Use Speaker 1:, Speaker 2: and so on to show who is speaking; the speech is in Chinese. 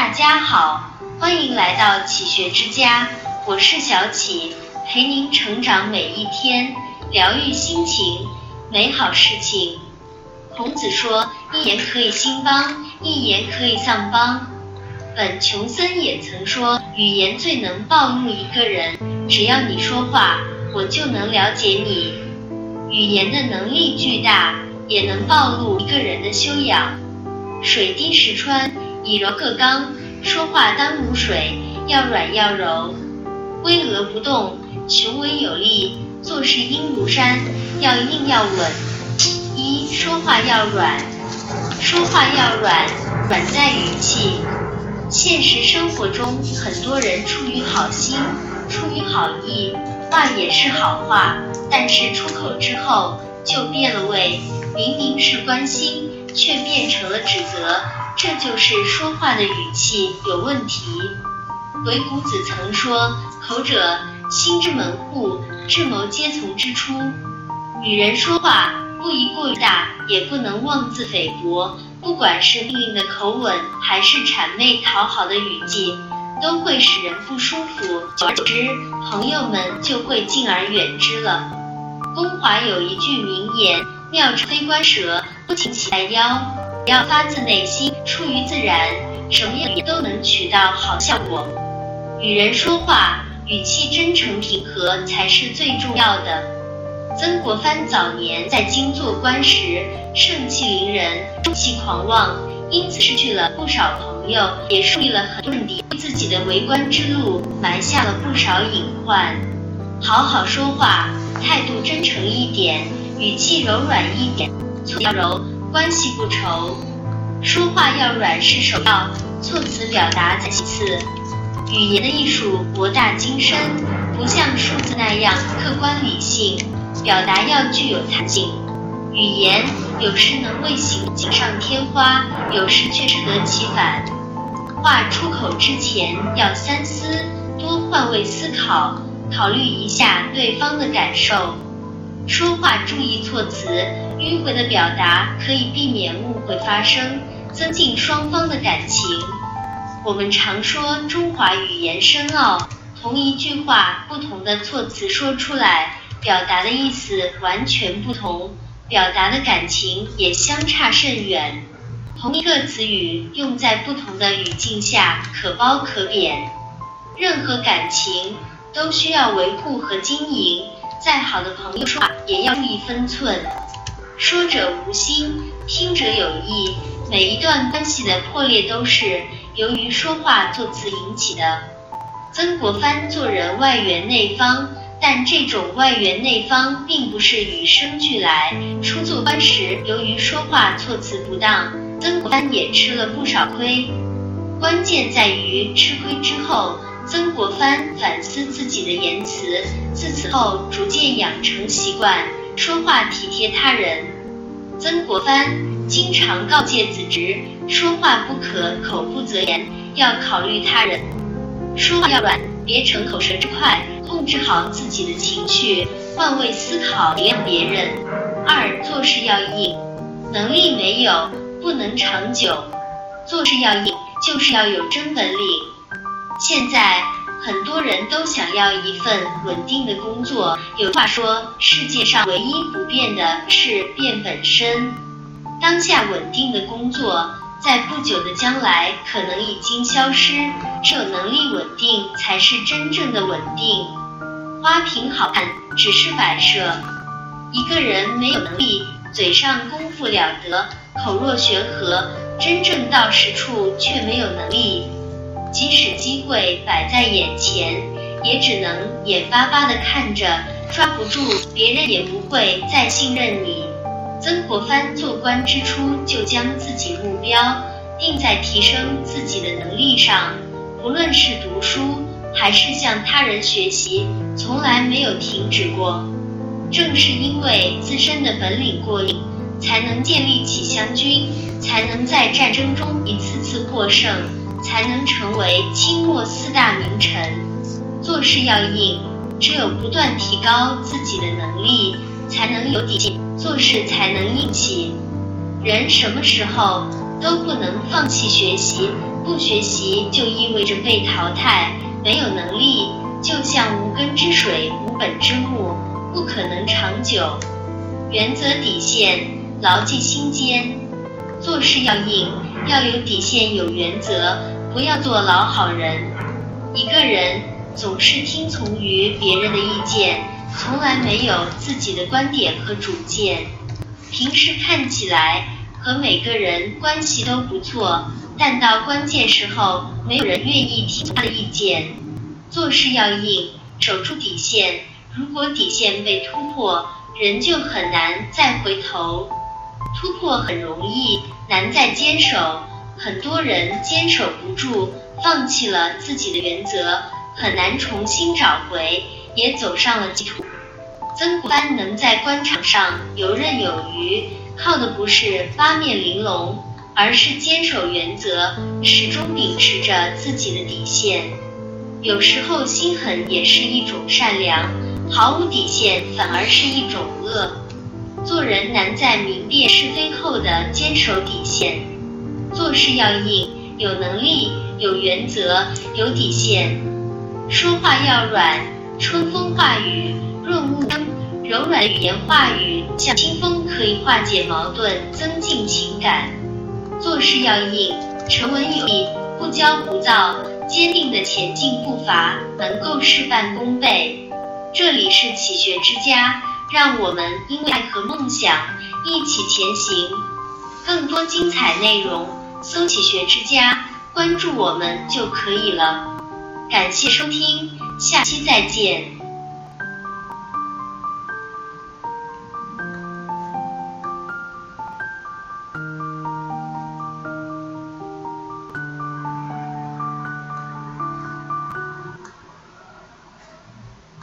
Speaker 1: 家好，欢迎来到启学之家，我是小启，陪您成长每一天，疗愈心情，美好事情。孔子说，一言可以兴邦，一言可以丧邦。本琼森也曾说，语言最能暴露一个人，只要你说话，我就能了解你。语言的能力巨大，也能暴露一个人的修养。水滴石穿，以柔克刚，说话当如水，要软要柔，巍峨不动，雄伟有力，做事应如山，要硬要稳。一，说话要软。说话要软，软在语气。现实生活中，很多人出于好心，出于好意，话也是好话，但是出口之后就变了味，明明是关心，却变成了指责，这就是说话的语气有问题。鬼谷子曾说，口者，心之门户，智谋皆从之出。与人说话，不宜过于大，也不能妄自菲薄，不管是命令的口吻，还是谄媚讨好的语气，都会使人不舒服，久而久之，朋友们就会敬而远之了。公华有一句名言，妙之非关舌，不请其在腰。要发自内心，出于自然，什么样都能取到好效果。与人说话，语气真诚平和才是最重要的。曾国藩早年在京做官时，盛气凌人，中气狂妄，因此失去了不少朋友，也树立了很多问题，为自己的为官之路埋下了不少隐患。好好说话，态度真诚一点，语气柔软一点，措要柔，关系不愁。说话要软是首要，措辞表达在其次。语言的艺术博大精深，不像数字那样客观理性，表达要具有弹性。语言有时能为行锦上添花，有时却适得其反。话出口之前要三思，多换位思考，考虑一下对方的感受。说话注意措辞，迂回的表达可以避免误会发生，增进双方的感情。我们常说中华语言深奥，同一句话不同的措辞说出来，表达的意思完全不同，表达的感情也相差甚远。同一个词语用在不同的语境下，可褒可贬。任何感情都需要维护和经营，再好的朋友说话也要注意分寸。说者无心，听者有意，每一段关系的破裂都是由于说话措辞引起的。曾国藩做人外圆内方，但这种外圆内方并不是与生俱来，初做官时由于说话措辞不当，曾国藩也吃了不少亏。关键在于吃亏之后，曾国藩反思自己的言辞，自此后逐渐养成习惯，说话体贴他人。曾国藩经常告诫子侄，说话不可口不择言，要考虑他人。说话要软，别逞口舌之快，控制好自己的情绪，换位思考，体谅别人。二，做事要硬，能力没有不能长久，做事要硬就是要有真本领。现在很多人都想要一份稳定的工作，有话说，世界上唯一不变的是变本身。当下稳定的工作，在不久的将来可能已经消失，只有能力稳定才是真正的稳定。花瓶好看，只是摆设。一个人没有能力，嘴上功夫了得，口若悬河，真正到实处却没有能力，即使机会摆在眼前，也只能眼巴巴地看着，抓不住，别人也不会再信任你。曾国藩做官之初就将自己目标定在提升自己的能力上，不论是读书还是向他人学习，从来没有停止过。正是因为自身的本领过硬，才能建立起湘军，才能在战争中一次次获胜，才能成为清末四大名臣。做事要硬，只有不断提高自己的能力，才能有底气，做事才能硬气。人什么时候都不能放弃学习，不不学习就意味着被淘汰，没有能力就像无根之水、无本之木，不可能长久。原则底线，牢记心间。做事要硬，要有底线有原则，不要做老好人。一个人总是听从于别人的意见，从来没有自己的观点和主见。平时看起来和每个人关系都不错，但到关键时候没有人愿意听他的意见。做事要硬，守住底线，如果底线被突破，人就很难再回头。突破很容易，难在坚守。很多人坚守不住，放弃了自己的原则，很难重新找回，也走上了歧途。曾国藩能在官场上游刃有余，靠的不是八面玲珑，而是坚守原则，始终秉持着自己的底线。有时候心狠也是一种善良，毫无底线反而是一种恶。做人难在明辨是非后的坚守底线。做事要硬，有能力，有原则，有底线。说话要软，春风化雨，润物生。柔软的语言话语像清风，可以化解矛盾，增进情感。做事要硬，沉稳有力，不骄不躁，坚定的前进步伐，能够事半功倍。这里是启学之家，让我们因为爱和梦想一起前行。更多精彩内容，搜启学之家，关注我们就可以了。感谢收听，下期再见。